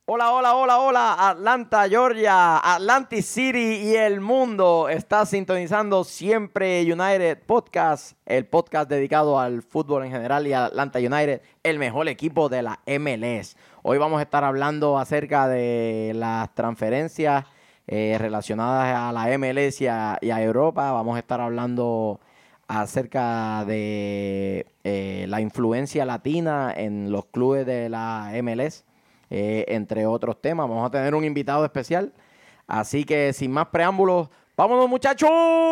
Hola, hola, hola, hola, Atlanta, Georgia, Atlantic City y el mundo. Está sintonizando Siempre United Podcast, el podcast dedicado al fútbol en general y a Atlanta United, el mejor equipo de la MLS. Hoy vamos a estar hablando acerca de las transferencias relacionadas a la MLS y a Europa. Vamos a estar hablando acerca de la influencia latina en los clubes de la MLS. Entre otros temas. Vamos a tener un invitado especial. Así que sin más preámbulos, ¡vámonos, muchachos!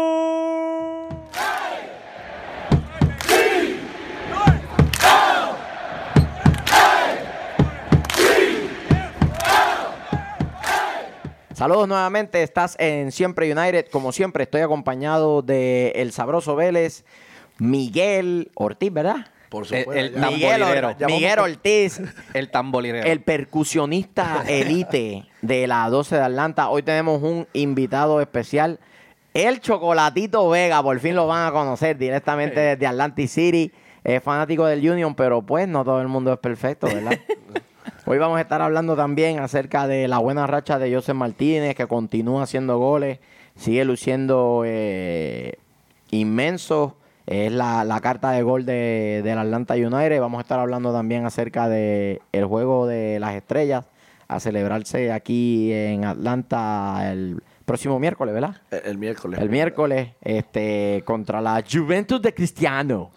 Saludos nuevamente, estás en Siempre United. Como siempre, estoy acompañado de el sabroso Vélez, Miguel Ortiz, ¿verdad? Por supuesto. Miguel Ortiz, el tamborilero, el percusionista elite de la 12 de Atlanta. Hoy tenemos un invitado especial, el Chocolatito Vega. Por fin lo van a conocer directamente desde Atlantic City. Es fanático del Union, pero pues no todo el mundo es perfecto, ¿verdad? Hoy vamos a estar hablando también acerca de la buena racha de Joseph Martínez, que continúa haciendo goles, sigue luciendo inmenso. Es la carta de gol del Atlanta United. Vamos a estar hablando también acerca del juego de las estrellas a celebrarse aquí en Atlanta el próximo miércoles, ¿verdad? El miércoles. El miércoles contra la Juventus de Cristiano.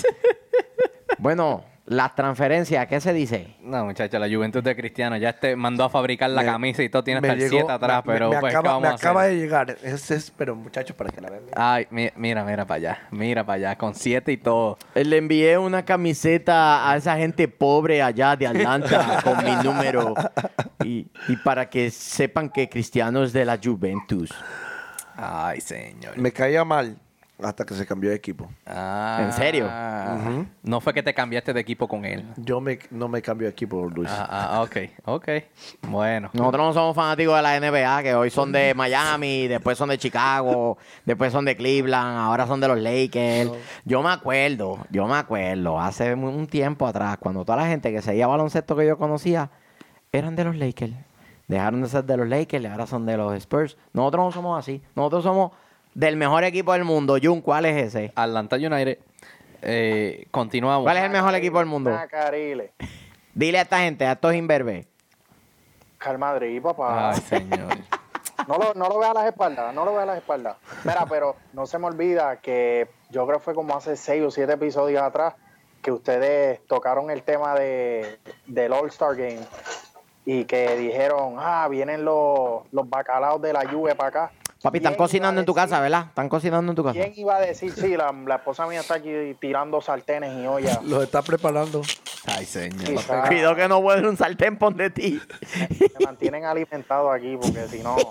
Bueno, las transferencias, ¿qué se dice? No, muchacho, la Juventus de Cristiano ya mandó a fabricar la camisa y todo tiene hasta el 7 atrás, pero me pues, acaba de llegar. Pero muchachos, para que la vean. Ay, mira para allá, con 7 y todo. Le envié una camiseta a esa gente pobre allá de Atlanta con mi número y para que sepan que Cristiano es de la Juventus. Ay, señor. Me caía mal hasta que se cambió de equipo. ¿En serio? No fue que te cambiaste de equipo con él. No me cambio de equipo, Luis. Ok. Bueno. Nosotros no somos fanáticos de la NBA, que hoy son de Miami, después son de Chicago, después son de Cleveland, ahora son de los Lakers. No. Yo me acuerdo, hace un tiempo atrás, cuando toda la gente que seguía baloncesto que yo conocía eran de los Lakers. Dejaron de ser de los Lakers y ahora son de los Spurs. Nosotros no somos así. Nosotros somos del mejor equipo del mundo. Jun, ¿cuál es ese? Atlanta United. Continuamos. ¿Cuál es el mejor equipo del mundo? Carile. Dile a esta gente, a estos imberbes. Cal Madrid, papá. Ay, señor. No lo vea a las espaldas. Mira, pero no se me olvida que yo creo que fue como hace 6 o 7 episodios atrás que ustedes tocaron el tema del All-Star Game y que dijeron, vienen los bacalaos de la Juve para acá. Papi, están cocinando en tu casa, ¿verdad? Están cocinando en tu casa. ¿Quién iba a decir? Sí, la esposa mía está aquí tirando sartenes y ollas. Los está preparando. Ay, señor. Cuidado que no vuelve un sartén por de ti. Me mantienen alimentado aquí porque si no...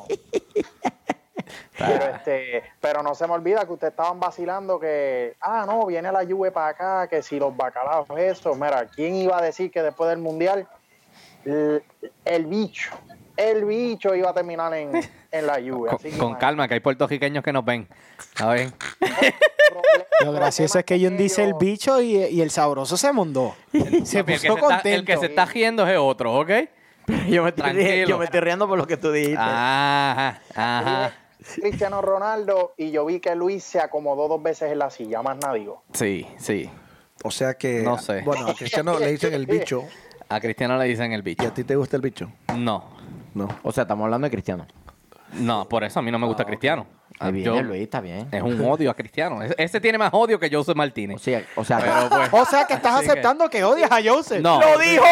Pero no se me olvida que ustedes estaban vacilando que... no, viene la Juve para acá, que si los bacalaos, eso. Mira, ¿quién iba a decir que después del Mundial el bicho iba a terminar en la Juve? Con calma, que hay puertorriqueños que nos ven. A ver. Lo gracioso es que Jun dice el bicho y el sabroso se mondó. Se puso contento. El que se está riendo es otro, ¿ok? Yo me estoy riendo por lo que tú dijiste. Ajá. Cristiano Ronaldo, y yo vi que Luis se acomodó 2 veces en la silla, más nadie. Sí. O sea que... No sé. Bueno, a Cristiano le dicen el bicho. A Cristiano le dicen el ¿Y bicho. a ti te gusta el bicho? No. O sea, estamos hablando de Cristiano. No, por eso a mí no me gusta Cristiano. Está bien, Luis, está bien. Es un odio a Cristiano. Ese tiene más odio que Joseph Martínez. O sea, pero pues, o sea que estás aceptando que odias a Joseph. No. ¡Lo dijo!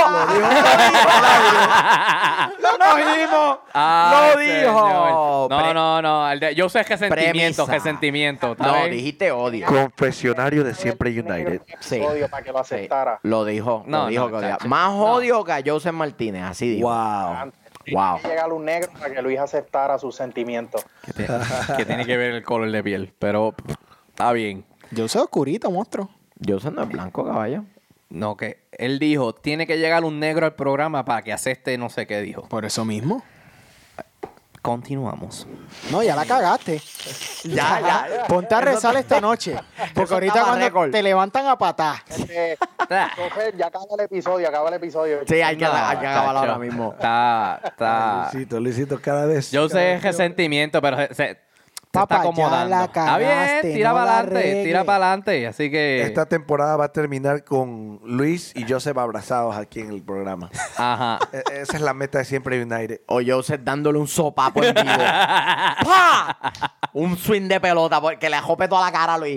¡Lo cogimos! ¡Lo dijo! No. Yo sé qué sentimiento, Premisa. No, ¿sabes? dijiste odio. Confesionario de Siempre United. Sí. Odio para que lo aceptara. Lo dijo. No, que odiaba. chacho. Más odio que a Joseph Martínez, así dijo. Wow. Wow. Tiene que llegar un negro para que Luis aceptara sus sentimientos. Que tiene que ver el color de piel. Pero está bien. Joseph oscurito, monstruo. Joseph no es blanco, caballo. No, que él dijo, tiene que llegar un negro al programa para que acepte no sé qué dijo. Por eso mismo. Continuamos. No, ya la cagaste. Ya. Ponte a rezar esta noche. Porque eso ahorita estaba cuando récord. te levantan a patá. Entonces, ya acaba el episodio. Sí, hay que acabarlo ahora chacho. mismo. Está. Luisito, cada vez. Yo sé resentimiento, pero se Papá, está ya acomodando. la Está bien, cagaste, tira no la para adelante, arregles. tira para adelante. Así que. Esta temporada va a terminar con Luis y Joseph abrazados aquí en el programa. Ajá. Esa es la meta de Siempre United. O Joseph dándole un sopapo en vivo. ¡Pah! Un swing de pelota que le ajope toda la cara a Luis.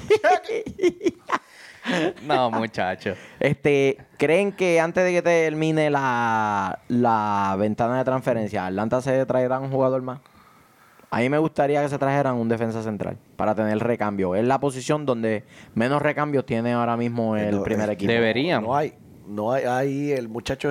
No, muchacho. ¿Creen que antes de que termine la ventana de transferencia, Atlanta se traerá un jugador más? A mí me gustaría que se trajeran un defensa central para tener recambio. Es la posición donde menos recambios tiene ahora mismo el primer equipo. Deberían. No hay ahí el muchacho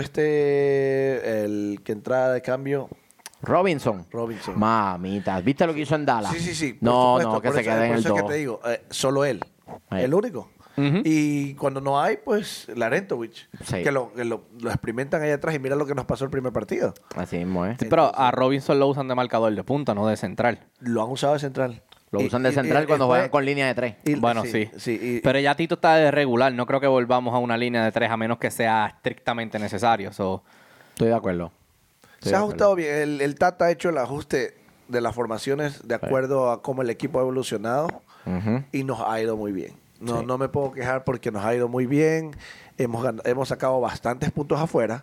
el que entra de cambio. Robinson. Mamita, ¿viste lo que hizo en Dallas? Sí. por No, supuesto, que por se eso- quede en por el eso es 2. que te digo, solo él. Ahí. El único. Ujú. Y cuando no hay, pues Larentovich. Sí. Que lo experimentan allá atrás y mira lo que nos pasó el primer partido. Así mismo, ¿eh? Sí, pero a Robinson lo usan de marcador de punta, no de central. Lo han usado de central. Lo usan de Y- central y cuando después- juegan con línea de 3. Bueno, sí. y- Pero ya Tito está de regular. No creo que volvamos a una línea de 3 a menos que sea estrictamente necesario. So, Estoy de acuerdo. se ha ajustado bien. El Tata ha hecho el ajuste de las formaciones de acuerdo a cómo el equipo ha evolucionado Ujú. y nos ha ido muy bien. No, Sí. no me puedo quejar porque nos ha ido muy bien. Hemos sacado bastantes puntos afuera.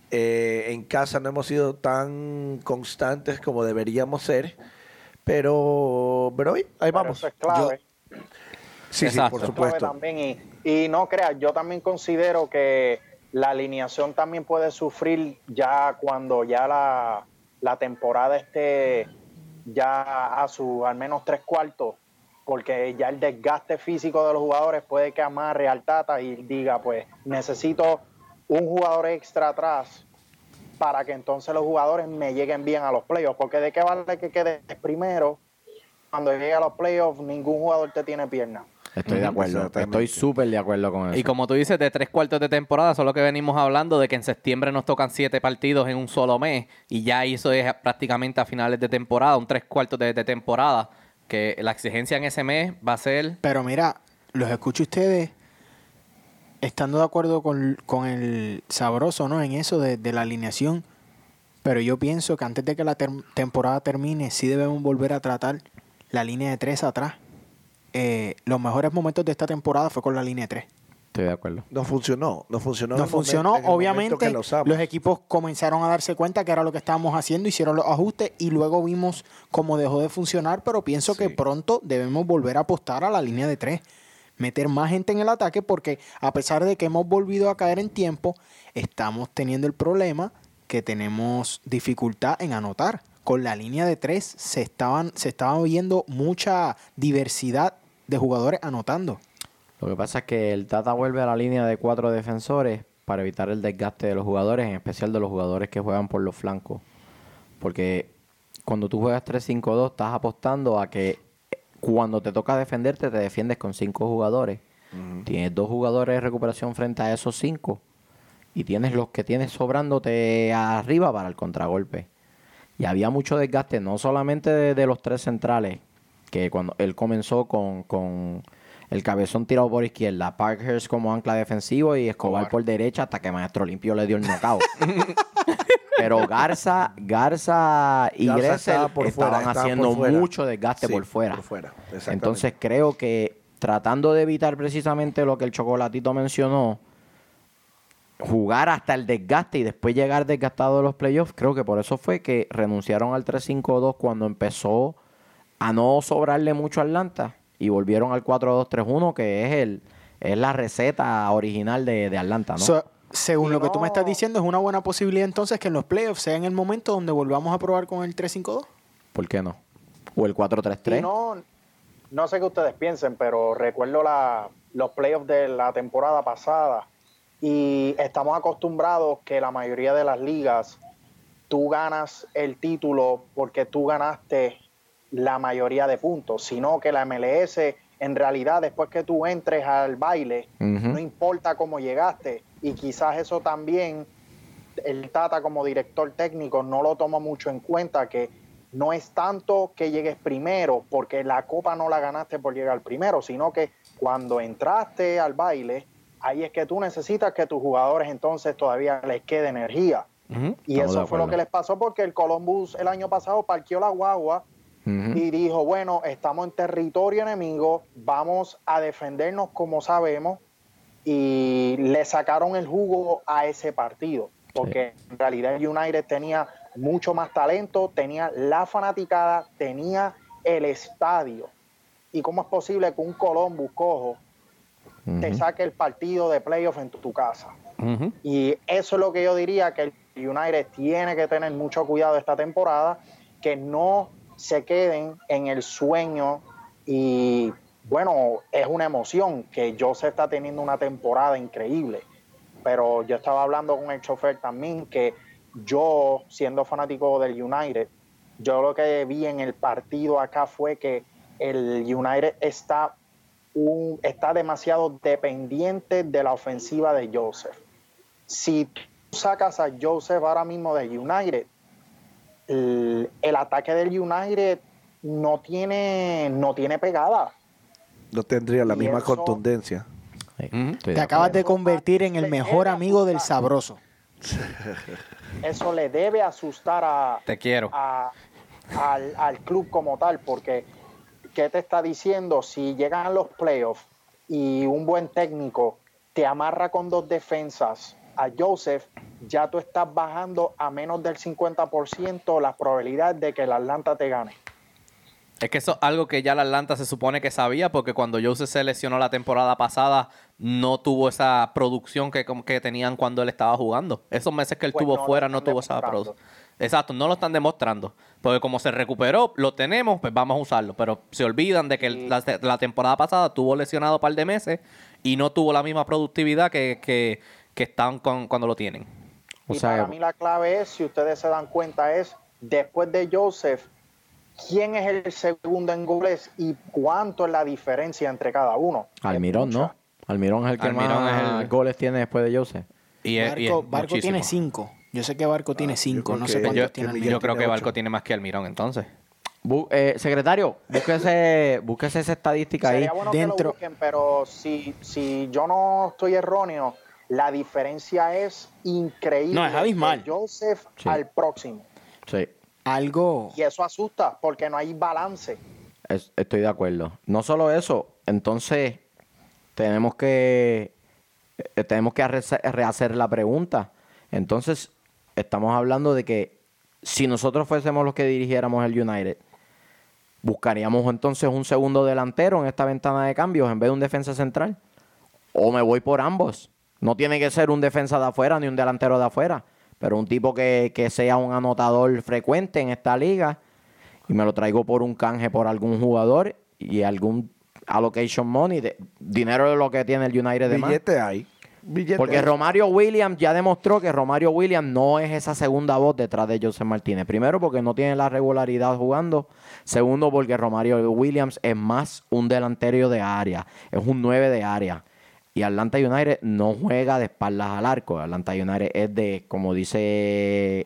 En casa no hemos sido tan constantes como deberíamos ser. Pero hoy, ahí vamos. Eso es clave. Sí, Exacto. por Eso es clave supuesto. también. Y no creas, yo también considero que la alineación también puede sufrir ya cuando ya la temporada esté ya a su al menos 3/4, porque ya el desgaste físico de los jugadores puede que amarre al Tata y diga, pues necesito un jugador extra atrás para que entonces los jugadores me lleguen bien a los playoffs, porque de qué vale que quedes primero cuando llegue a los playoffs ningún jugador te tiene pierna. Estoy de acuerdo. Exactamente. Estoy súper de acuerdo con eso. y como tú dices, de 3/4 de temporada, solo que venimos hablando de que en septiembre nos tocan 7 partidos en un solo mes. Y ya eso es prácticamente a finales de temporada, un 3/4 de temporada. Que la exigencia en ese mes va a ser... Pero mira, los escucho ustedes estando de acuerdo con el sabroso, ¿no? En eso de la alineación. Pero yo pienso que antes de que la temporada termine, sí debemos volver a tratar la línea de 3 atrás. Los mejores momentos de esta temporada fue con la línea de 3. Estoy de acuerdo. No funcionó. No funcionó. No funcionó. en el momento Obviamente, que lo usamos. los equipos comenzaron a darse cuenta que era lo que estábamos haciendo, hicieron los ajustes y luego vimos cómo dejó de funcionar, pero pienso que pronto debemos volver a apostar a la línea de 3. Meter más gente en el ataque porque a pesar de que hemos volvido a caer en tiempo, estamos teniendo el problema que tenemos dificultad en anotar. Con la línea de 3 se estaban viendo mucha diversidad de jugadores anotando. Lo que pasa es que el Tata vuelve a la línea de 4 defensores para evitar el desgaste de los jugadores, en especial de los jugadores que juegan por los flancos. Porque cuando tú juegas 3-5-2, estás apostando a que cuando te toca defenderte, te defiendes con 5 jugadores. Tienes 2 jugadores de recuperación frente a esos 5. Y tienes los que tienes sobrándote arriba para el contragolpe. Y había mucho desgaste, no solamente de los 3 centrales, que cuando él comenzó con el cabezón tirado por izquierda, Parkhurst como ancla defensivo y Escobar por derecha hasta que Maestro Limpio le dio el knockout. Pero Garza y Garza Gressel estaba por fuera, estaban estaba haciendo por fuera. mucho desgaste Sí, por fuera. exactamente. Entonces creo que tratando de evitar precisamente lo que el Chocolatito mencionó, jugar hasta el desgaste y después llegar desgastado de los playoffs, creo que por eso fue que renunciaron al 3-5-2 cuando empezó a no sobrarle mucho a Atlanta y volvieron al 4-2-3-1, que es la receta original de Atlanta, ¿no? Según Y lo que tú me estás no- diciendo, es una buena posibilidad entonces que en los playoffs sea en el momento donde volvamos a probar con el 3-5-2. ¿Por qué no? O el 4-3-3. Y no sé qué ustedes piensen, pero recuerdo los playoffs de la temporada pasada y estamos acostumbrados que la mayoría de las ligas tú ganas el título porque tú ganaste la mayoría de puntos, sino que la MLS en realidad después que tú entres al baile, Ujú. no importa cómo llegaste, y quizás eso también el Tata como director técnico no lo toma mucho en cuenta, que no es tanto que llegues primero, porque la copa no la ganaste por llegar primero, sino que cuando entraste al baile, ahí es que tú necesitas que tus jugadores entonces todavía les quede energía. Y Estamos de eso fue lo acuerdo. que les pasó, porque el Columbus el año pasado parqueó la guagua y dijo, bueno, estamos en territorio enemigo, vamos a defendernos como sabemos, y le sacaron el jugo a ese partido, porque en realidad el United tenía mucho más talento, tenía la fanaticada, tenía el estadio. ¿Y cómo es posible que un Columbus cojo te saque el partido de playoff en tu casa? Y eso es lo que yo diría, que el United tiene que tener mucho cuidado esta temporada, que no se queden en el sueño. Y bueno, es una emoción que Joseph está teniendo una temporada increíble, pero yo estaba hablando con el chofer también, que yo, siendo fanático del United, yo lo que vi en el partido acá fue que el United está demasiado dependiente de la ofensiva de Joseph. Si tú sacas a Joseph ahora mismo del United, el ataque del United no tiene pegada. No tendría la Y misma eso- contundencia. Sí, estoy Te acabas de Eso convertir en el le mejor debe amigo del asustar. sabroso. Eso le debe asustar Te quiero. al club como tal, porque ¿qué te está diciendo? Si llegan a los playoffs y un buen técnico te amarra con 2 defensas a Joseph, ya tú estás bajando a menos del 50% la probabilidad de que el Atlanta te gane. Es que eso es algo que ya el Atlanta se supone que sabía, porque cuando Jose se lesionó la temporada pasada, no tuvo esa producción que tenían cuando él estaba jugando. Esos meses que él Pues tuvo no lo fuera, están no tuvo esa demostrando. producción. Exacto, no lo están demostrando. Porque como se recuperó, lo tenemos, pues vamos a usarlo. Pero se olvidan de que Sí. la temporada pasada tuvo lesionado un par de meses y no tuvo la misma productividad que están cuando lo tienen. O Y sea, para mí la clave es, si ustedes se dan cuenta, es después de Joseph, ¿quién es el segundo en goles y cuánto es la diferencia entre cada uno? Almirón, Es ¿no? mucha. Almirón es el que Almirón más es el- goles tiene después de Joseph. Y es Barco muchísimo. tiene 5. Yo sé que Barco tiene 5. creo No que- sé cuántos Yo, tiene Miguel Almirón. yo creo tiene que 8. Barco tiene más que Almirón, entonces. Secretario, búsquese esa estadística ahí. Sería bueno que Dentro- lo busquen, pero si yo no estoy erróneo, la diferencia es increíble. No, es abismal. De Joseph Sí. al próximo. Sí, Algo. Y eso asusta porque no hay balance. estoy de acuerdo. No solo eso, entonces tenemos que rehacer la pregunta. Entonces, estamos hablando de que si nosotros fuésemos los que dirigiéramos el United, buscaríamos entonces un segundo delantero en esta ventana de cambios en vez de un defensa central. O me voy por ambos. No tiene que ser un defensa de afuera ni un delantero de afuera, pero un tipo que sea un anotador frecuente en esta liga y me lo traigo por un canje por algún jugador y algún allocation money, dinero de lo que tiene el United de más. Billete hay. Billete Porque hay. Romario Williams ya demostró que Romario Williams no es esa segunda voz detrás de José Martínez. Primero, porque no tiene la regularidad jugando. Segundo, porque Romario Williams es más un delantero de área. Es un 9 de área. Y Atlanta United no juega de espaldas al arco. Atlanta United es de, como dice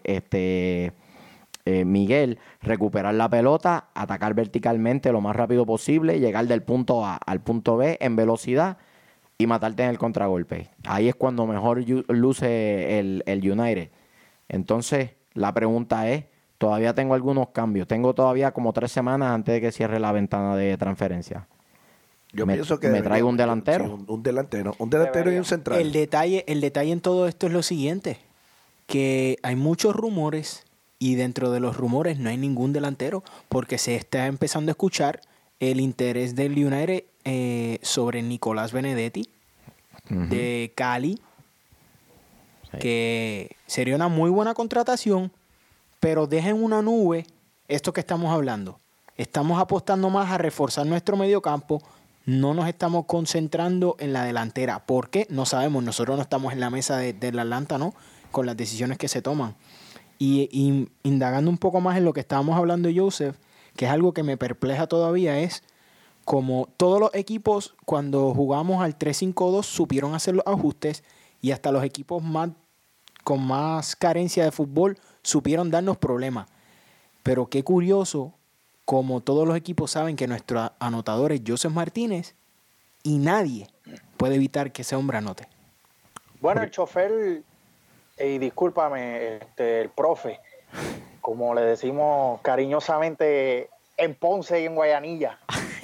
Miguel, recuperar la pelota, atacar verticalmente lo más rápido posible, llegar del punto A al punto B en velocidad y matarte en el contragolpe. Ahí es cuando mejor luce el United. Entonces, la pregunta es, todavía tengo algunos cambios. Tengo todavía como 3 semanas antes de que cierre la ventana de transferencia. Yo me- pienso que me debería- traigo un delantero. sí, un delantero. Un delantero y un central. El detalle en todo esto es lo siguiente, que hay muchos rumores y dentro de los rumores no hay ningún delantero porque se está empezando a escuchar el interés del United sobre Nicolás Benedetti de Cali, Sí. que sería una muy buena contratación, pero deja en una nube esto que estamos hablando. Estamos apostando más a reforzar nuestro mediocampo, no nos estamos concentrando en la delantera. ¿Por qué? No sabemos. Nosotros no estamos en la mesa del Atlanta, ¿no? Con las decisiones que se toman. Y indagando un poco más en lo que estábamos hablando de Joseph, que es algo que me perpleja todavía, es como todos los equipos cuando jugamos al 3-5-2 supieron hacer los ajustes y hasta los equipos con más carencia de fútbol supieron darnos problemas. Pero qué curioso, como todos los equipos saben que nuestro anotador es Joseph Martínez y nadie puede evitar que ese hombre anote. Bueno, el chofer, y discúlpame, el profe, como le decimos cariñosamente en Ponce y en Guayanilla.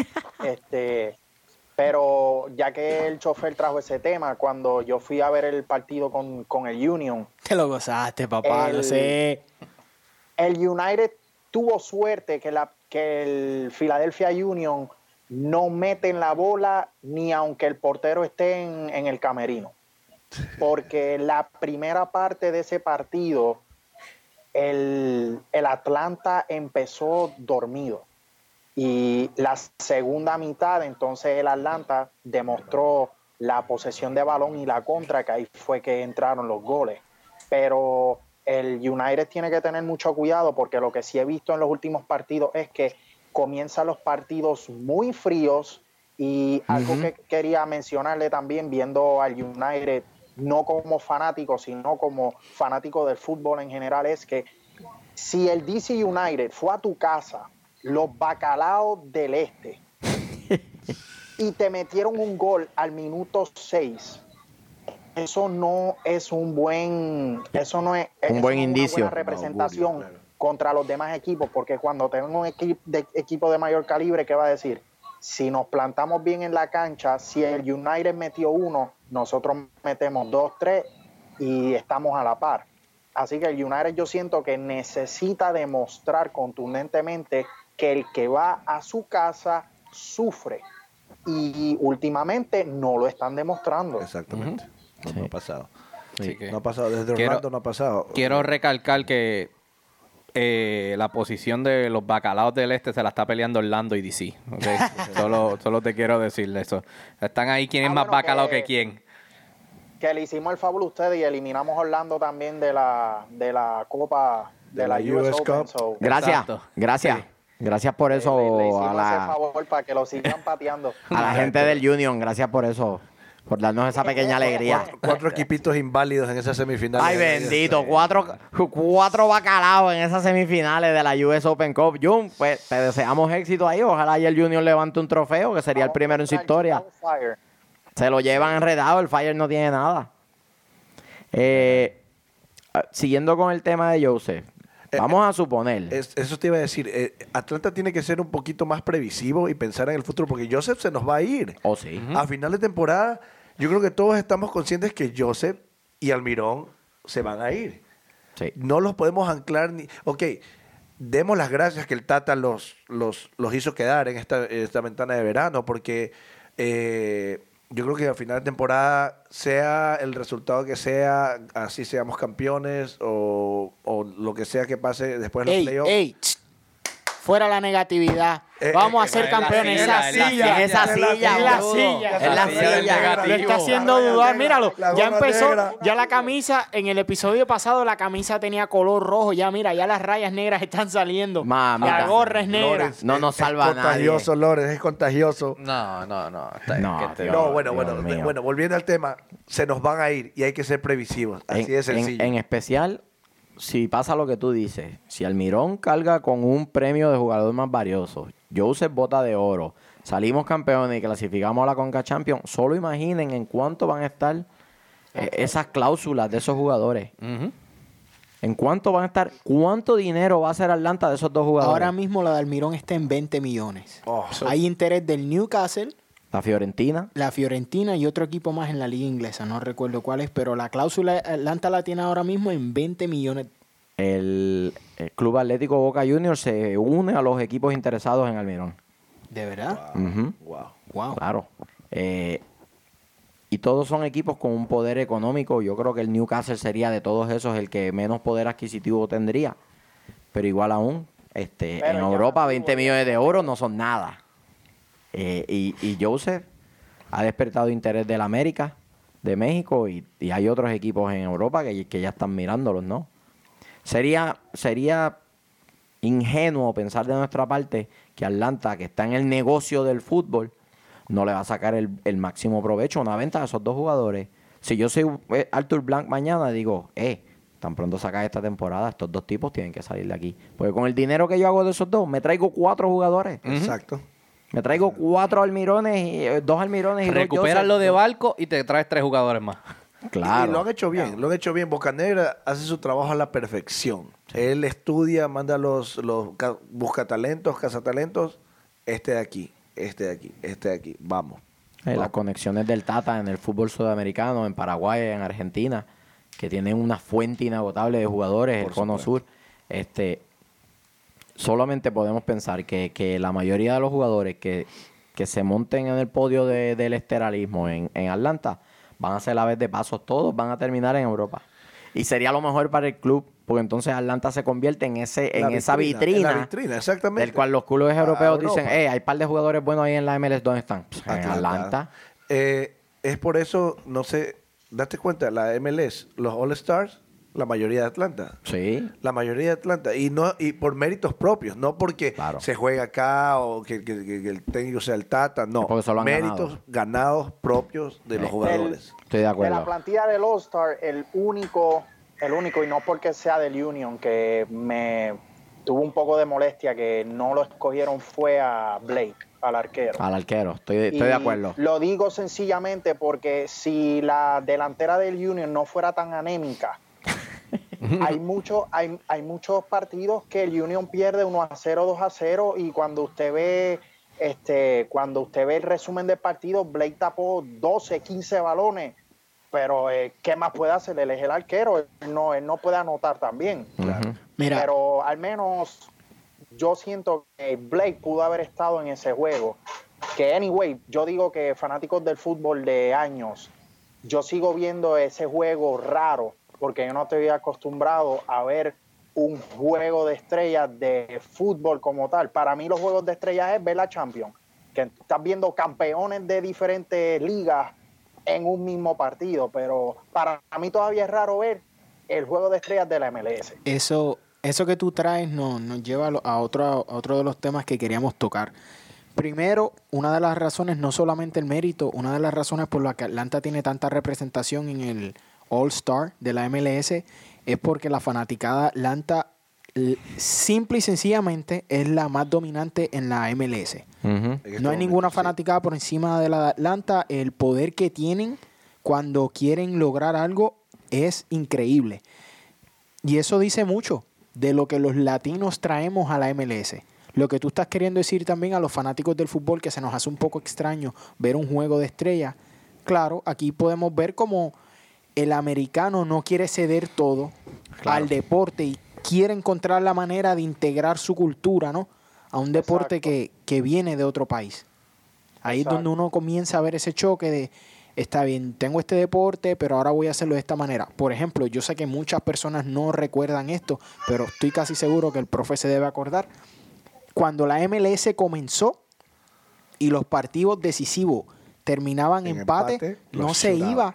Pero ya que el chofer trajo ese tema, cuando yo fui a ver el partido con el Union. Te lo gozaste, papá, lo sé. El United tuvo suerte que el Philadelphia Union no mete en la bola ni aunque el portero esté en el camerino. Porque la primera parte de ese partido, el Atlanta empezó dormido. Y la segunda mitad, entonces el Atlanta demostró la posesión de balón y la contra, que ahí fue que entraron los goles. Pero el United tiene que tener mucho cuidado, porque lo que sí he visto en los últimos partidos es que comienzan los partidos muy fríos. Y algo que quería mencionarle también, viendo al United no como fanático, sino como fanático del fútbol en general, es que si el DC United fue a tu casa, los Bacalaos del Este, y te metieron un gol al minuto 6, eso no es un buen, eso no es un buen indicio, una buena representación contra los demás equipos, porque cuando tengan un equipo de mayor calibre, ¿qué va a decir? Si nos plantamos bien en la cancha, si el United metió 1, nosotros metemos 2, 3 y estamos a la par. Así que el United, yo siento que necesita demostrar contundentemente que el que va a su casa sufre. Y últimamente no lo están demostrando. Exactamente. No ha pasado. Sí, que No ha pasado. Desde Orlando no ha pasado. Quiero recalcar que la posición de los Bacalaos del Este se la está peleando Orlando y DC. ¿Okay? solo te quiero decir eso. Están ahí quién es más bacalao que quién. Que le hicimos el favor a ustedes y eliminamos a Orlando también de la Copa de la US Open. So, Gracias, Exacto. gracias. Sí. Gracias por eso le hicimos a ese favor para que lo sigan pateando. la gente del Union. Gracias por eso, por darnos esa pequeña alegría. 4 equipitos inválidos en esa semifinal. Ay, bendito. 4 bacalaos en esas semifinales de la US Open Cup. Jun, pues te deseamos éxito ahí. Ojalá y el Union levante un trofeo, que sería el primero en su historia. Se lo llevan enredado. El Fire no tiene nada. Siguiendo con el tema de Joseph. Vamos a suponer. Eso te iba a decir. Atlanta tiene que ser un poquito más previsivo y pensar en el futuro, porque Joseph se nos va a ir. Oh, sí. A final de temporada, yo creo que todos estamos conscientes que Joseph y Almirón se van a ir. Sí. No los podemos anclar ni... Ok, demos las gracias que el Tata los hizo quedar en esta ventana de verano, porque yo creo que a final de temporada, sea el resultado que sea, así seamos campeones o lo que sea que pase después de los playoffs. Fuera la negatividad. Vamos a ser campeones. Esa silla. En esa silla, En la boludo. silla. En la silla. Lo está haciendo dudar. Míralo. La Ya gorra empezó. negra. Ya la camisa, en el episodio pasado, la camisa tenía color rojo. Ya mira, ya las rayas negras están saliendo. Mamita. La gorra es negra. Lawrence, No nos salva a es nadie. contagioso, Lawrence, es contagioso. No. No, Dios. No, bueno, mío. volviendo al tema, se nos van a ir y hay que ser previsivos. Así de sencillo. En especial, si pasa lo que tú dices, si Almirón carga con un premio de jugador más valioso, Joseph bota de oro, salimos campeones y clasificamos a la Conca Champions, solo imaginen en cuánto van a estar esas cláusulas de esos jugadores. En cuánto van a estar, cuánto dinero va a hacer Atlanta de esos dos jugadores. Ahora mismo la de Almirón está en 20 millones. Oh. Hay interés del Newcastle, La Fiorentina. la Fiorentina y otro equipo más en la liga inglesa. No recuerdo cuál es, pero la cláusula Atlanta la tiene ahora mismo en 20 millones. El Club Atlético Boca Juniors se une a los equipos interesados en Almirón. ¿De verdad? Ujú. Wow. Claro. Y todos son equipos con un poder económico. Yo creo que el Newcastle sería de todos esos el que menos poder adquisitivo tendría. Pero igual aún, en Europa 20 millones de euros no son nada. Y Joseph ha despertado interés del América, de México, y hay otros equipos en Europa que ya están mirándolos, ¿no? Sería ingenuo pensar de nuestra parte que Atlanta, que está en el negocio del fútbol, no le va a sacar el máximo provecho a una venta de esos dos jugadores. Si yo soy Arthur Blank mañana, digo, Tan pronto sacas esta temporada, estos dos tipos tienen que salir de aquí. Porque con el dinero que yo hago de esos dos, me traigo 4 jugadores. Exacto. Me traigo 4 almirones, y 2 almirones y 2 Recuperas lo de Barco y te traes 3 jugadores más. Claro. Y lo han hecho bien, lo han hecho bien. Bocanegra hace su trabajo a la perfección. Él estudia, manda busca talentos, cazatalentos. Este de aquí, este de aquí, este de aquí. Vamos. Las conexiones del Tata en el fútbol sudamericano, en Paraguay, en Argentina, que tienen una fuente inagotable de jugadores, el Cono Sur. Solamente podemos pensar que la mayoría de los jugadores que se monten en el podio del esteralismo en Atlanta van a ser a la vez de pasos, todos van a terminar en Europa. Y sería lo mejor para el club, porque entonces Atlanta se convierte en esa vitrina, en la vitrina, exactamente. del cual los clubes europeos dicen, Europa. hay un par de jugadores buenos ahí en la MLS, ¿dónde están? Pues, en Atlanta. Es por eso, no sé, date cuenta, la MLS, los All-Stars, la mayoría de Atlanta. Sí. La mayoría de Atlanta. Y por méritos propios, no porque se juega acá o que el técnico sea el Tata, no. Porque solo han méritos ganados propios de los jugadores. Estoy de acuerdo. De la plantilla del All-Star, el único, y no porque sea del Union, que me tuvo un poco de molestia que no lo escogieron, fue a Blake, al arquero. Al arquero, estoy de acuerdo. Lo digo sencillamente porque si la delantera del Union no fuera tan anémica, hay muchos partidos que el Union pierde 1-0, 2-0, y cuando usted ve el resumen del partido, Blake tapó 12, 15 balones, pero ¿qué más puede hacer? Él es el arquero, él no puede anotar también. Claro. Mira. Pero al menos yo siento que Blake pudo haber estado en ese juego. Que anyway, yo digo que fanáticos del fútbol de años, yo sigo viendo ese juego raro, porque yo no estoy acostumbrado a ver un juego de estrellas de fútbol como tal. Para mí los juegos de estrellas es ver la Champions, que estás viendo campeones de diferentes ligas en un mismo partido, pero para mí todavía es raro ver el juego de estrellas de la MLS. Eso que tú traes nos lleva a otro de los temas que queríamos tocar. Primero, una de las razones, no solamente el mérito, una de las razones por las que Atlanta tiene tanta representación en el All-Star de la MLS es porque la fanaticada Atlanta simple y sencillamente es la más dominante en la MLS. No hay ninguna fanaticada por encima de la de Atlanta. El poder que tienen cuando quieren lograr algo es increíble. Y eso dice mucho de lo que los latinos traemos a la MLS. Lo que tú estás queriendo decir también a los fanáticos del fútbol, que se nos hace un poco extraño ver un juego de estrellas. Claro, aquí podemos ver como el americano no quiere ceder todo al deporte y quiere encontrar la manera de integrar su cultura, ¿no?, a un deporte que viene de otro país. Ahí es donde uno comienza a ver ese choque de, está bien, tengo este deporte, pero ahora voy a hacerlo de esta manera. Por ejemplo, yo sé que muchas personas no recuerdan esto, pero estoy casi seguro que el profe se debe acordar. Cuando la MLS comenzó y los partidos decisivos terminaban en empate, no se iba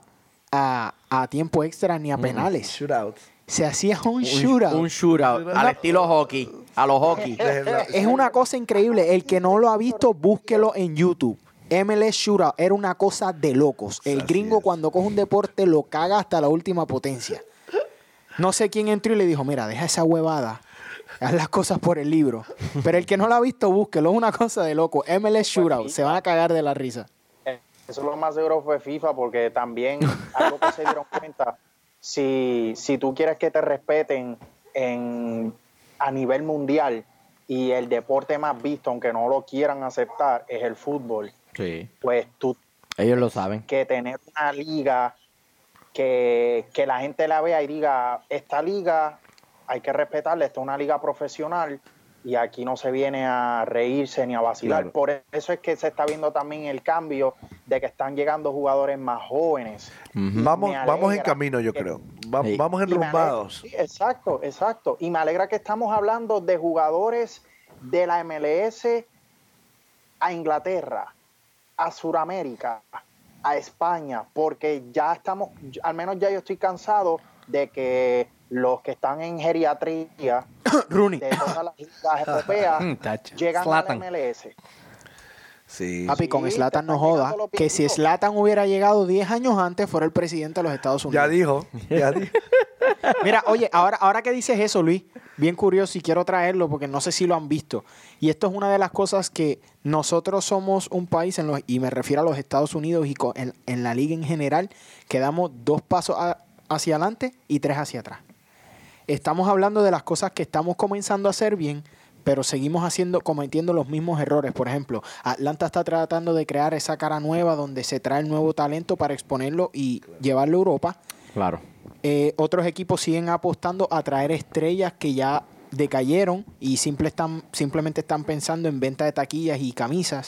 a tiempo extra ni a penales. Shootout. Se hacía un shootout. Un shootout al estilo hockey, a los hockey. Es una cosa increíble. El que no lo ha visto, búsquelo en YouTube. MLS Shootout era una cosa de locos. El gringo cuando coge un deporte lo caga hasta la última potencia. No sé quién entró y le dijo, mira, deja esa huevada. Haz las cosas por el libro. Pero el que no lo ha visto, búsquelo. Es una cosa de loco. MLS Shootout. Se van a cagar de la risa. Eso lo más seguro fue FIFA, porque también algo que se dieron cuenta, si tú quieres que te respeten a nivel mundial y el deporte más visto, aunque no lo quieran aceptar, es el fútbol, pues ellos lo saben. Que tener una liga que la gente la vea y diga, esta liga hay que respetarla, esta es una liga profesional y aquí no se viene a reírse ni a vacilar. Claro. Por eso es que se está viendo también el cambio de que están llegando jugadores más jóvenes. Vamos en camino, yo creo. Vamos enrumbados. Sí, exacto. Y me alegra que estamos hablando de jugadores de la MLS a Inglaterra, a Sudamérica, a España, porque ya estamos, al menos ya yo estoy cansado de que los que están en geriatría de todas las ligas europeas llegan a la MLS. Sí. Papi, con Sí, Zlatan te no están joda, quitando los que si piquitos. Zlatan hubiera llegado 10 años antes, fuera el presidente de los Estados Unidos. Ya dijo. Mira, oye, ahora que dices eso, Luis, bien curioso y quiero traerlo porque no sé si lo han visto. Y esto es una de las cosas que nosotros somos un país, y me refiero a los Estados Unidos y en la liga en general, que damos 2 pasos hacia adelante y 3 hacia atrás. Estamos hablando de las cosas que estamos comenzando a hacer bien, pero seguimos cometiendo los mismos errores. Por ejemplo, Atlanta está tratando de crear esa cara nueva donde se trae el nuevo talento para exponerlo y llevarlo a Europa. Claro. Otros equipos siguen apostando a traer estrellas que ya decayeron y simplemente están pensando en venta de taquillas y camisas.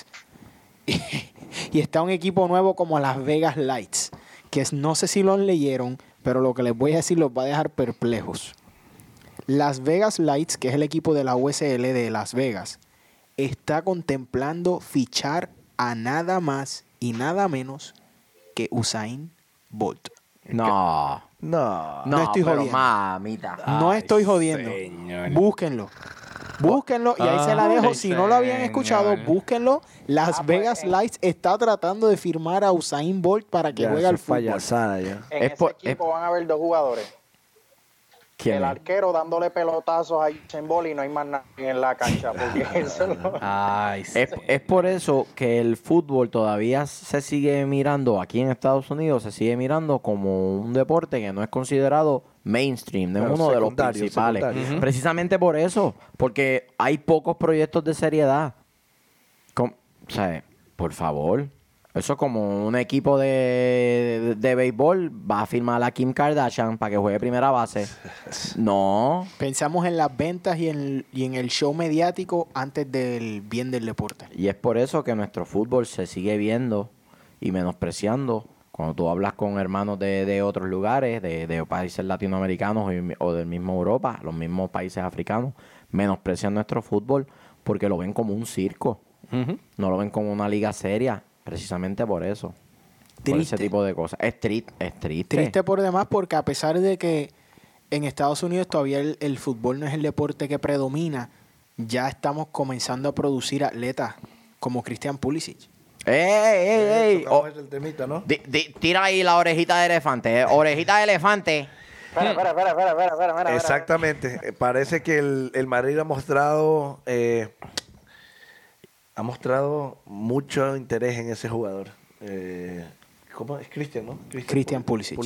Y está un equipo nuevo como Las Vegas Lights, que no sé si lo leyeron, pero lo que les voy a decir los va a dejar perplejos. Las Vegas Lights, que es el equipo de la USL de Las Vegas, está contemplando fichar a nada más y nada menos que Usain Bolt. No. No. No estoy pero jodiendo. mamita. No estoy jodiendo. señor. Búsquenlo. Búsquenlo y ahí se la dejo. Si no lo habían escuchado, señor. búsquenlo. Las Vegas Lights está tratando de firmar a Usain Bolt para que Ya, juegue eso al es fútbol. payasada ya. En Es ese por- equipo van a haber 2 jugadores. ¿Quién El es? arquero dándole pelotazos a Usain Bolt y no hay más nadie en la cancha. Porque eso no... Ay, sí. Es por eso que el fútbol todavía se sigue mirando, aquí en Estados Unidos, se sigue mirando como un deporte que no es considerado mainstream, no es Claro, uno de los secundario, principales. secundario. Ujú. Precisamente por eso, porque hay pocos proyectos de seriedad. O sea, por favor. Eso es como un equipo de béisbol va a firmar a Kim Kardashian para que juegue primera base. No. Pensamos en las ventas y en el show mediático antes del bien del deporte. Y es por eso que nuestro fútbol se sigue viendo y menospreciando. Cuando tú hablas con hermanos de otros lugares, de países latinoamericanos o del mismo Europa, los mismos países africanos, menosprecian nuestro fútbol porque lo ven como un circo. Ujú. No lo ven como una liga seria, precisamente por eso. Por Triste. ese tipo de cosas. Es triste. Triste por demás porque a pesar de que en Estados Unidos todavía el fútbol no es el deporte que predomina, ya estamos comenzando a producir atletas como Christian Pulisic. ¡Ey! Tocamos el temita, ¿no? Tira ahí la orejita de elefante. Orejita de elefante. Espera. Exactamente. Parece que el Madrid ha mostrado mucho interés en ese jugador. ¿Cómo es? Cristian, ¿no? Christian Pulisic.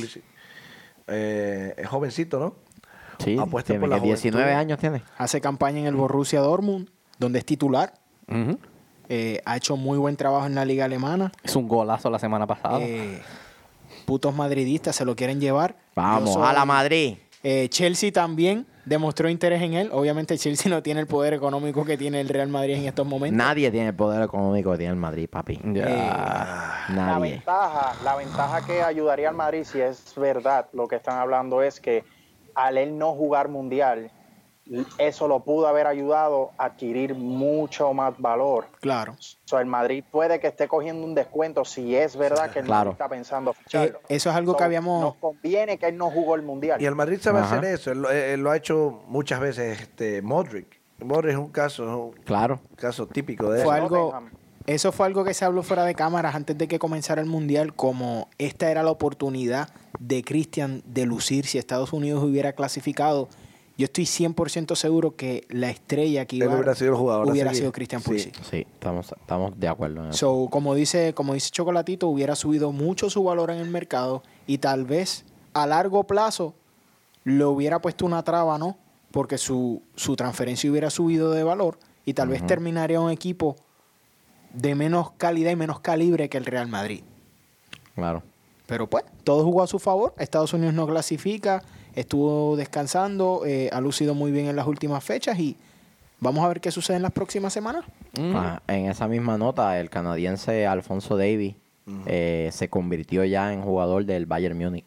Es jovencito, ¿no? Sí, Apuesta tiene por la que 19 juventud. años tiene. Hace campaña en el Borussia Dortmund, donde es titular. Ujú. Ha hecho muy buen trabajo en la liga alemana. Es un golazo la semana pasada. Putos madridistas se lo quieren llevar. Vamos, Yo soy- a la Madrid. Chelsea también demostró interés en él. Obviamente Chelsea no tiene el poder económico que tiene el Real Madrid en estos momentos. Nadie tiene el poder económico que tiene el Madrid, papi. Ya. Nadie. La ventaja que ayudaría al Madrid, si es verdad lo que están hablando, es que al él no jugar mundial, eso lo pudo haber ayudado a adquirir mucho más valor. Claro. El Madrid puede que esté cogiendo un descuento si es verdad que el Claro. Madrid está pensando ficharlo. Eso es algo que habíamos... Nos conviene que él no jugó el mundial. Y el Madrid sabe Ajá. hacer eso. Él lo ha hecho muchas veces. Modric. Modric es un Claro. caso típico de Fue eso. algo, Tottenham. eso fue algo que se habló fuera de cámaras antes de que comenzara el Mundial, como esta era la oportunidad de Cristian de lucir si Estados Unidos hubiera clasificado. Yo estoy 100% seguro que la estrella que Él iba hubiera sido el jugador a hubiera seguir. sido Christian Sí. Pulisic. Sí, estamos de acuerdo en eso. So, como dice Chocolatito, hubiera subido mucho su valor en el mercado y tal vez a largo plazo le hubiera puesto una traba, ¿no? Porque su transferencia hubiera subido de valor y tal vez terminaría un equipo de menos calidad y menos calibre que el Real Madrid. Claro. Pero pues, todo jugó a su favor. Estados Unidos no clasifica, estuvo descansando, ha lucido muy bien en las últimas fechas y vamos a ver qué sucede en las próximas semanas. En esa misma nota, el canadiense Alfonso Davies se convirtió ya en jugador del Bayern Múnich.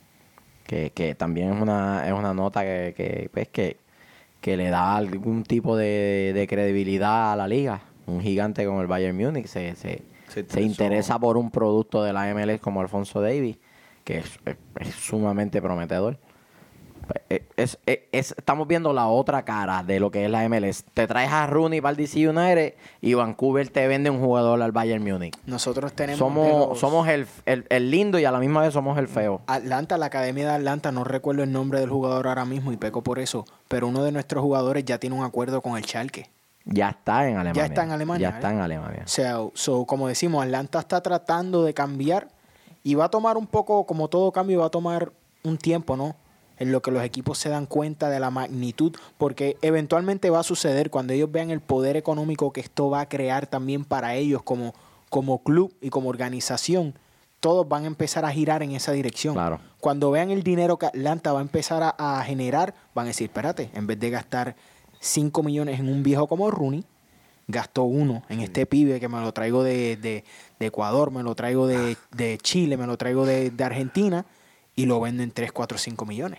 Que también es una nota que le da algún tipo de credibilidad a la liga. Un gigante como el Bayern Múnich se interesa por un producto de la MLS como Alfonso Davies, que es sumamente prometedor. Estamos viendo la otra cara de lo que es la MLS. Te traes a Rooney para el DC United y Vancouver te vende un jugador al Bayern Múnich. Nosotros tenemos... Somos el lindo y a la misma vez somos el feo. Atlanta, la Academia de Atlanta, no recuerdo el nombre del jugador ahora mismo y peco por eso, pero uno de nuestros jugadores ya tiene un acuerdo con el Schalke. Ya está en Alemania. Ya está en Alemania. Ya está en Alemania. O sea, como decimos, Atlanta está tratando de cambiar y va a tomar un poco, como todo cambio, va a tomar un tiempo, ¿no? En lo que los equipos se dan cuenta de la magnitud, porque eventualmente va a suceder cuando ellos vean el poder económico que esto va a crear también para ellos como club y como organización. Todos van a empezar a girar en esa dirección. Claro. Cuando vean el dinero que Atlanta va a empezar a generar, van a decir, espérate, en vez de gastar 5 millones en un viejo como Rooney, gasto 1 en este pibe que me lo traigo de Ecuador, me lo traigo de Chile, me lo traigo de Argentina y lo vendo en 3, 4, 5 millones.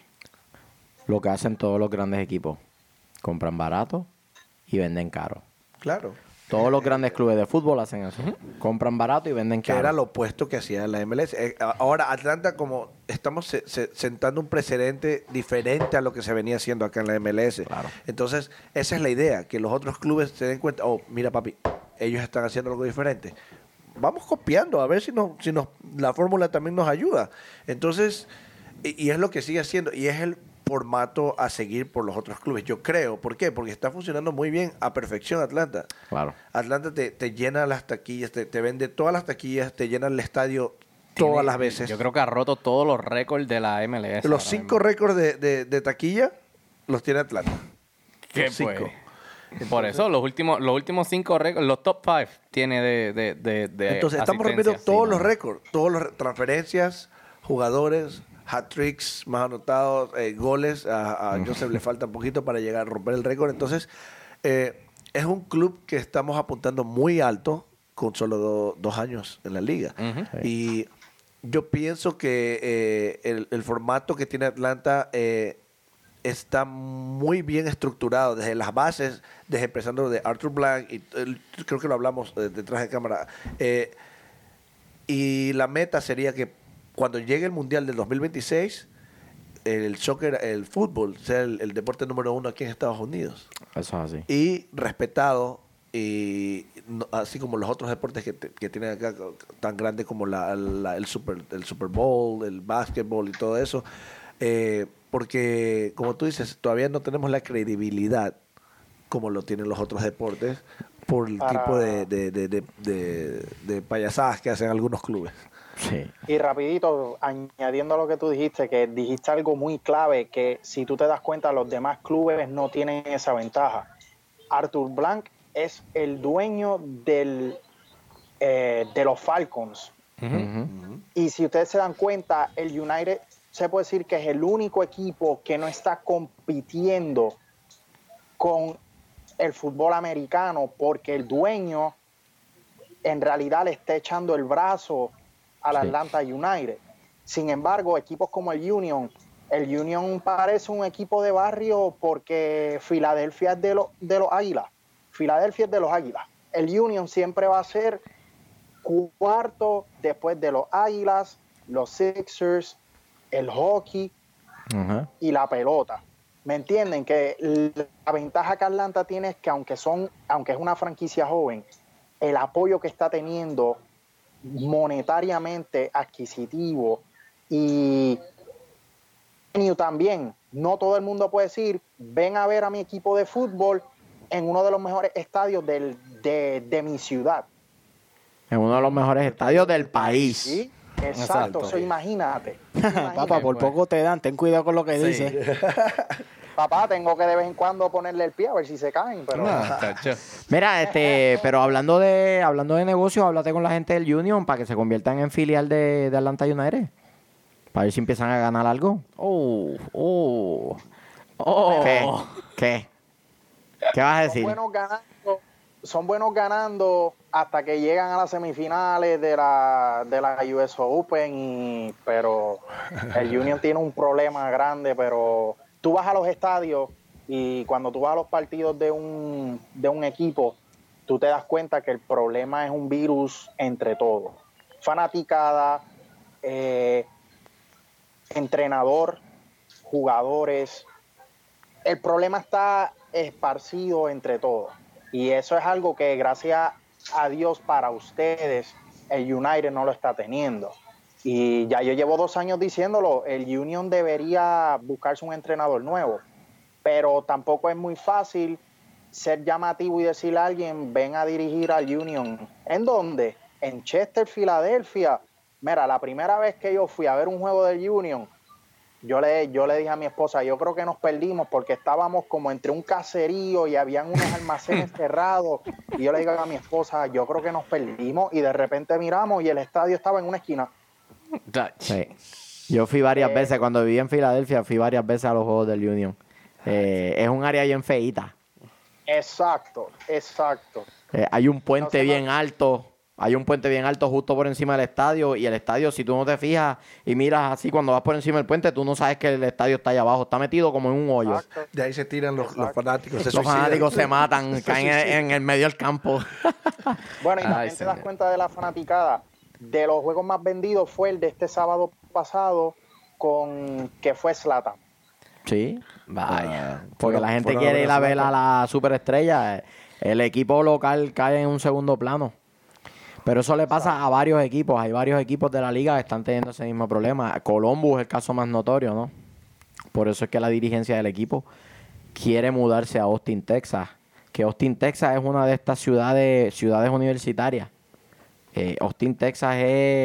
Lo que hacen todos los grandes equipos. Compran barato y venden caro. Claro. Todos los grandes clubes de fútbol hacen eso. Compran barato y venden Que caro. era lo opuesto que hacía la MLS. Ahora, Atlanta, como estamos sentando un precedente diferente a lo que se venía haciendo acá en la MLS. Claro. Entonces, esa es la idea, que los otros clubes se den cuenta, oh, mira papi, ellos están haciendo algo diferente. Vamos copiando, a ver si la fórmula también nos ayuda. Entonces, y es lo que sigue haciendo, y es el formato a seguir por los otros clubes. Yo creo. ¿Por qué? Porque está funcionando muy bien a perfección Atlanta. Claro. Atlanta te llena las taquillas, te vende todas las taquillas, te llena el estadio todas las veces. Yo creo que ha roto todos los récords de la MLS. Los 5 récords de taquilla los tiene Atlanta. ¿Qué Los 5. pues? Por eso, los últimos 5 récords, los top 5 tiene de Entonces, estamos rompiendo todos los récords, transferencias, jugadores, hat-tricks más anotados, goles. A Joseph le falta un poquito para llegar a romper el récord. Entonces, es un club que estamos apuntando muy alto con solo 2 años en la liga. Uh-huh. Y yo pienso que el formato que tiene Atlanta está muy bien estructurado desde las bases, desde empezando de Arthur Blank, y creo que lo hablamos detrás de cámara. Y la meta sería que cuando llegue el Mundial del 2026, el soccer, el fútbol, sea el deporte número 1 aquí en Estados Unidos. Eso es así. Y respetado, y así como los otros deportes que tienen acá, tan grandes como el Super Bowl, el básquetbol y todo eso. Porque, como tú dices, todavía no tenemos la credibilidad como lo tienen los otros deportes por el tipo de payasadas que hacen algunos clubes. Sí. Y rapidito, añadiendo a lo que tú dijiste, que dijiste algo muy clave, que si tú te das cuenta, los demás clubes no tienen esa ventaja. Arthur Blank es el dueño de los Falcons. Uh-huh. Y si ustedes se dan cuenta, el United se puede decir que es el único equipo que no está compitiendo con el fútbol americano, porque el dueño en realidad le está echando el brazo al Atlanta United. Sin embargo, equipos como el Union parece un equipo de barrio porque Filadelfia es de los Águilas. Filadelfia es de los Águilas. El Union siempre va a ser cuarto después de los Águilas, los Sixers, el hockey y la pelota. ¿Me entienden? Que la ventaja que Atlanta tiene es que aunque es una franquicia joven, el apoyo que está teniendo monetariamente adquisitivo y también, no todo el mundo puede decir, ven a ver a mi equipo de fútbol en uno de los mejores estadios de mi ciudad. En uno de los mejores estadios del país. ¿Sí? Exacto. Eso, imagínate. Papá, por poco te dan, ten cuidado con lo que dices. Papá, tengo que de vez en cuando ponerle el pie a ver si se caen, pero... Mira, pero hablando de negocios, háblate con la gente del Union para que se conviertan en filial de Atlanta United. Para ver si empiezan a ganar algo. ¿Qué? ¿Qué vas a decir? Son buenos ganando hasta que llegan a las semifinales de la US Open, pero el Union tiene un problema grande, pero tú vas a los estadios y cuando tú vas a los partidos de un equipo, tú te das cuenta que el problema es un virus entre todos. Fanaticada, entrenador, jugadores. El problema está esparcido entre todos. Y eso es algo que, gracias a Dios para ustedes, el United no lo está teniendo. Y ya yo llevo 2 años diciéndolo, el Union debería buscarse un entrenador nuevo. Pero tampoco es muy fácil ser llamativo y decirle a alguien, ven a dirigir al Union. ¿En dónde? En Chester, Filadelfia. Mira, la primera vez que yo fui a ver un juego del Union, yo le dije a mi esposa, yo creo que nos perdimos porque estábamos como entre un caserío y habían unos almacenes cerrados. Y yo le digo a mi esposa, yo creo que nos perdimos, y de repente miramos y el estadio estaba en una esquina. Sí. Yo fui varias veces, cuando viví en Filadelfia, fui varias veces a los juegos del Union. Es un área bien feíta. Exacto. Hay un puente bien alto. Hay un puente bien alto justo por encima del estadio, y el estadio, si tú no te fijas y miras así cuando vas por encima del puente, tú no sabes que el estadio está allá abajo. Está metido como en un hoyo. Exacto. De ahí se tiran los fanáticos. Los fanáticos se matan, caen en el medio del campo. Bueno, y también te das cuenta de la fanaticada. De los juegos más vendidos fue el de este sábado pasado, que fue Zlatan. Sí, vaya. Porque la gente quiere ir a ver a la superestrella. El equipo local cae en un segundo plano. Pero eso le pasa a varios equipos. Hay varios equipos de la liga que están teniendo ese mismo problema. Columbus es el caso más notorio, ¿no? Por eso es que la dirigencia del equipo quiere mudarse a Austin, Texas. Que Austin, Texas es una de estas ciudades universitarias. Austin, Texas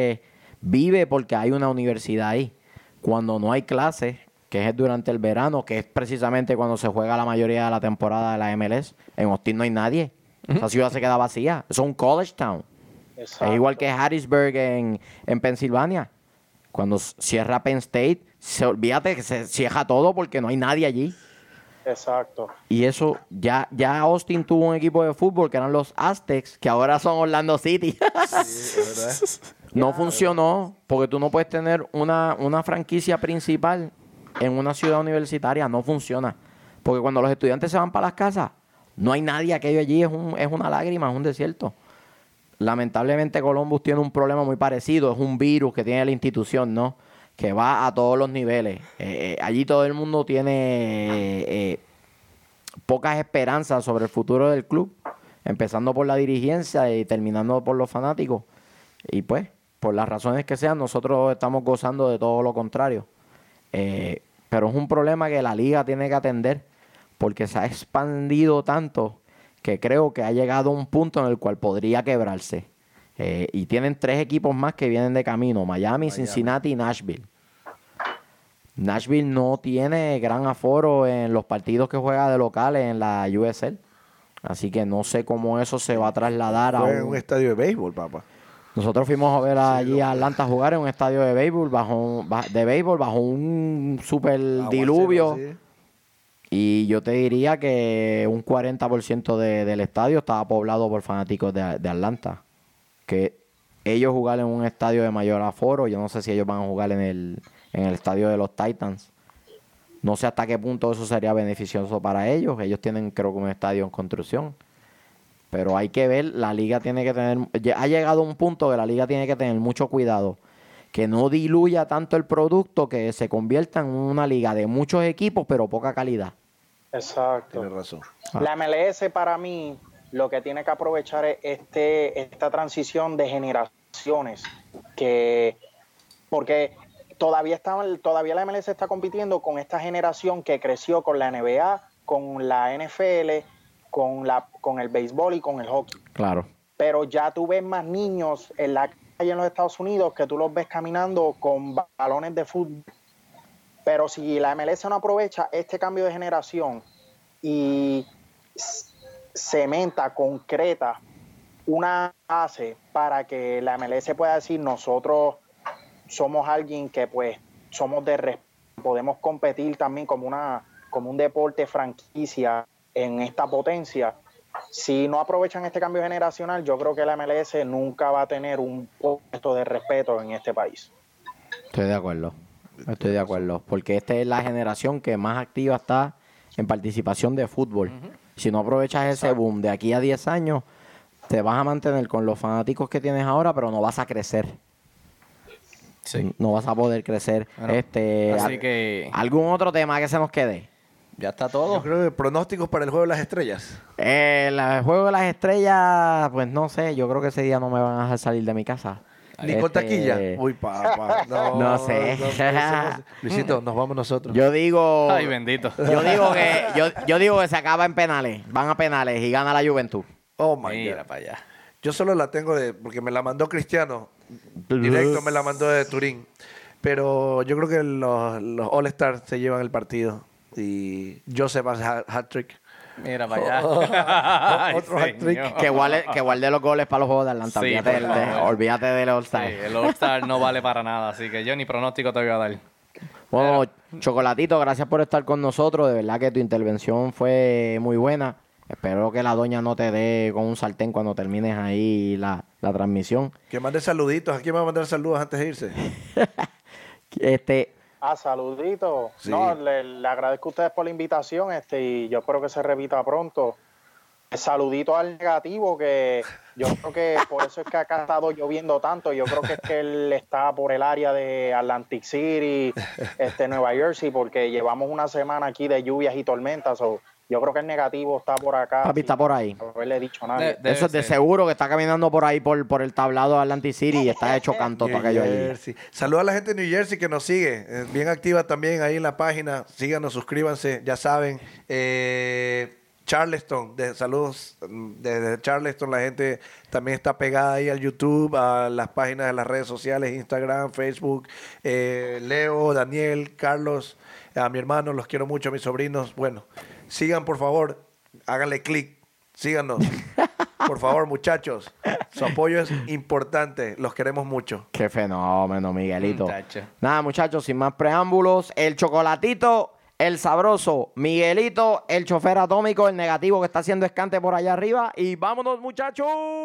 vive porque hay una universidad ahí. Cuando no hay clases, que es durante el verano, que es precisamente cuando se juega la mayoría de la temporada de la MLS, en Austin no hay nadie. Esa ciudad se queda vacía. Eso es un college town. Exacto. Es igual que Harrisburg en Pensilvania. Cuando cierra Penn State, olvídate que se cierra todo porque no hay nadie allí. Exacto. Y eso, ya Austin tuvo un equipo de fútbol que eran los Aztecs, que ahora son Orlando City. Sí, ¿verdad? No funcionó, porque tú no puedes tener una franquicia principal en una ciudad universitaria. No funciona. Porque cuando los estudiantes se van para las casas, no hay nadie. Aquello allí es una lágrima, es un desierto. Lamentablemente Columbus tiene un problema muy parecido. Es un virus que tiene la institución, ¿no? Que va a todos los niveles. Allí todo el mundo tiene pocas esperanzas sobre el futuro del club, empezando por la dirigencia y terminando por los fanáticos. Y pues, por las razones que sean, nosotros estamos gozando de todo lo contrario. Pero es un problema que la liga tiene que atender, porque se ha expandido tanto que creo que ha llegado a un punto en el cual podría quebrarse. Y tienen 3 equipos más que vienen de camino: Miami, Cincinnati y Nashville. Nashville no tiene gran aforo en los partidos que juega de locales en la USL. Así que no sé cómo eso se va a trasladar a Fue en un estadio de béisbol, papá. Nosotros fuimos a ver allí a Atlanta jugar en un estadio de béisbol bajo un super diluvio. Sí. Y yo te diría que un 40% del estadio estaba poblado por fanáticos de Atlanta. Que ellos jugar en un estadio de mayor aforo, yo no sé si ellos van a jugar en el estadio de los Titans. No sé hasta qué punto eso sería beneficioso para ellos. Ellos tienen, creo que, un estadio en construcción. Pero hay que ver, la liga tiene que tener... Ha llegado un punto que la liga tiene que tener mucho cuidado. Que no diluya tanto el producto, que se convierta en una liga de muchos equipos, pero poca calidad. Exacto. Tienes razón. La MLS, para mí, lo que tiene que aprovechar es esta transición de generaciones, porque todavía la MLS está compitiendo con esta generación que creció con la NBA, con la NFL, con el béisbol y con el hockey. Claro. Pero ya tú ves más niños en la calle en los Estados Unidos que tú los ves caminando con balones de fútbol. Pero si la MLS no aprovecha este cambio de generación y cementa, concreta una base para que la MLS pueda decir, nosotros somos alguien que pues somos de respeto, podemos competir también como un deporte franquicia en esta potencia. Si no aprovechan este cambio generacional, yo creo que la MLS nunca va a tener un puesto de respeto en este país. Estoy de acuerdo, porque esta es la generación que más activa está en participación de fútbol. Si no aprovechas ese boom de aquí a 10 años, te vas a mantener con los fanáticos que tienes ahora, pero no vas a crecer. Sí. No vas a poder crecer. Bueno, así que ¿Algún otro tema que se nos quede? ya está Yo todo. creo que pronósticos para el juego de las estrellas. El juego de las estrellas, pues no sé, yo creo que ese día no me van a dejar salir de mi casa. Ni con taquilla. Uy, papá. No sé. Luisito, nos vamos nosotros. Yo digo, Ay, bendito. yo digo que se acaba en penales, van a penales y gana la Juventud. Oh, my Mira God. para allá. Yo solo la tengo porque me la mandó Cristiano. Directo me la mandó de Turín. Pero yo creo que los All-Stars se llevan el partido. Y Joseph hace hat-trick. Mira para allá. Ay, Otro hat-trick. señor. Que guarde los goles para los Juegos de Atlanta. Sí, olvídate, por favor. olvídate del All-Star. Sí, el All-Star no vale para nada, así que yo ni pronóstico te voy a dar. Bueno, Chocolatito, gracias por estar con nosotros. De verdad que tu intervención fue muy buena. Espero que la doña no te dé con un sartén cuando termines ahí la transmisión. Que mande saluditos. ¿A quién va a mandar saludos antes de irse? Saluditos. Sí. No, le agradezco a ustedes por la invitación, y yo espero que se repita pronto. Saludito al negativo, que yo creo que por eso es que acá ha estado lloviendo tanto. Yo creo que es que él está por el área de Atlantic City, Nueva Jersey, porque llevamos una semana aquí de lluvias y tormentas. Yo creo que el negativo está por acá. Papi está por ahí. No haberle dicho a nadie. Debe Eso es de ser. seguro que está caminando por ahí por el tablado de Atlantic City y está hecho canto todo New aquello allí. Jersey. Saludos a la gente de New Jersey que nos sigue. Bien activa también ahí en la página. Síganos, suscríbanse, ya saben. Charleston, saludos desde Charleston. La gente también está pegada ahí al YouTube, a las páginas de las redes sociales, Instagram, Facebook. Leo, Daniel, Carlos, a mi hermano, los quiero mucho, a mis sobrinos. Bueno, sigan por favor, háganle clic, síganos. Por favor, muchachos, su apoyo es importante, los queremos mucho. Qué fenómeno, Miguelito. Muchacho. Nada, muchachos, sin más preámbulos, el Chocolatito, el sabroso, Miguelito, el chofer atómico, el negativo que está haciendo escante por allá arriba. Y vámonos, muchachos.